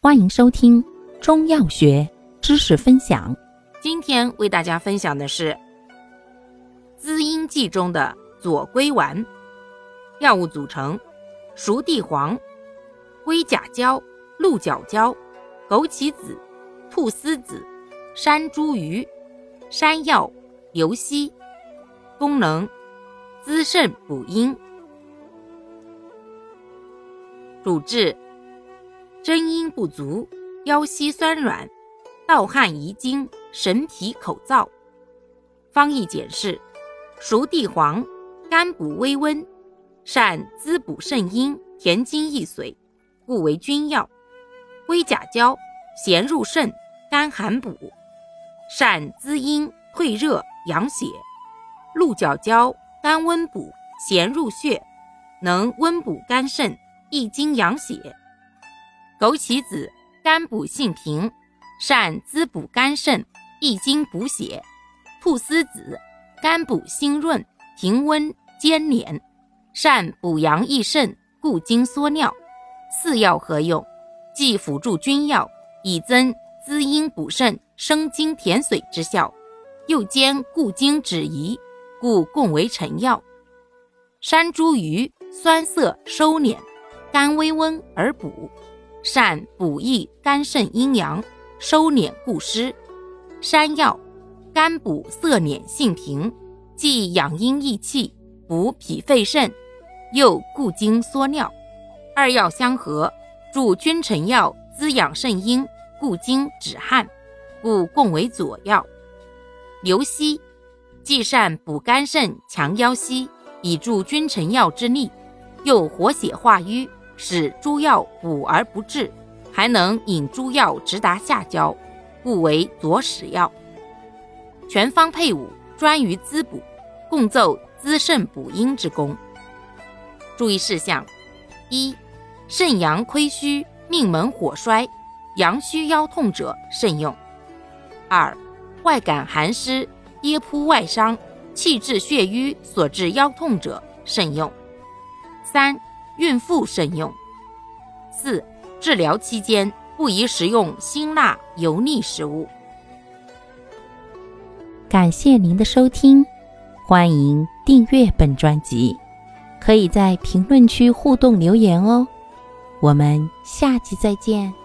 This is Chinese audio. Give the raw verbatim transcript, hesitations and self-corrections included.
欢迎收听中药学知识分享。 今天为大家分享的是滋阴剂中的左归丸。药物组成：熟地黄、龟甲胶、鹿角胶、枸杞子、菟丝子、山茱萸、山药、牛膝。功能：滋肾补阴。主治：真阴不足、腰膝酸软、盗汗遗精、神疲口燥。方义简释：熟地黄，甘补微温，善滋补肾阴，填精益髓，故为君药。龟甲胶，咸入肾，甘寒补，善滋阴退热养血。鹿角胶，甘温补，咸入血，能温补肝肾，益精养血。枸杞子，甘补性平，善滋补肝肾，益精补血。菟丝子，甘补心润，平温兼敛，善补阳益肾，固精缩尿。四药合用，既辅助君药，以增滋阴补肾、生津填髓之效，又兼固精止遗，故共为臣药。山茱萸，酸涩收敛，甘微温而补，善补益肝肾阴阳，收敛固湿。山药，甘补涩敛性平，既养阴益气，补脾肺肾，又固精缩尿。二药相合，助君臣药滋养肾阴，固精止汗，故共为佐药。牛膝，既善补肝肾强腰膝，以助君臣药之力，又活血化瘀，使诸药补而不滞，还能引诸药直达下焦，故为佐使药。全方配伍，专于滋补，共奏滋肾补阴之功。注意事项：一、肾阳亏虚、命门火衰、阳虚腰痛者慎用。二、外感寒湿、跌扑外伤、气滞血瘀所致腰痛者慎用。三、孕妇慎用。四、治疗期间不宜食用辛辣油腻食物。 感谢您的收听，欢迎订阅本专辑，可以在评论区互动留言哦。我们下期再见。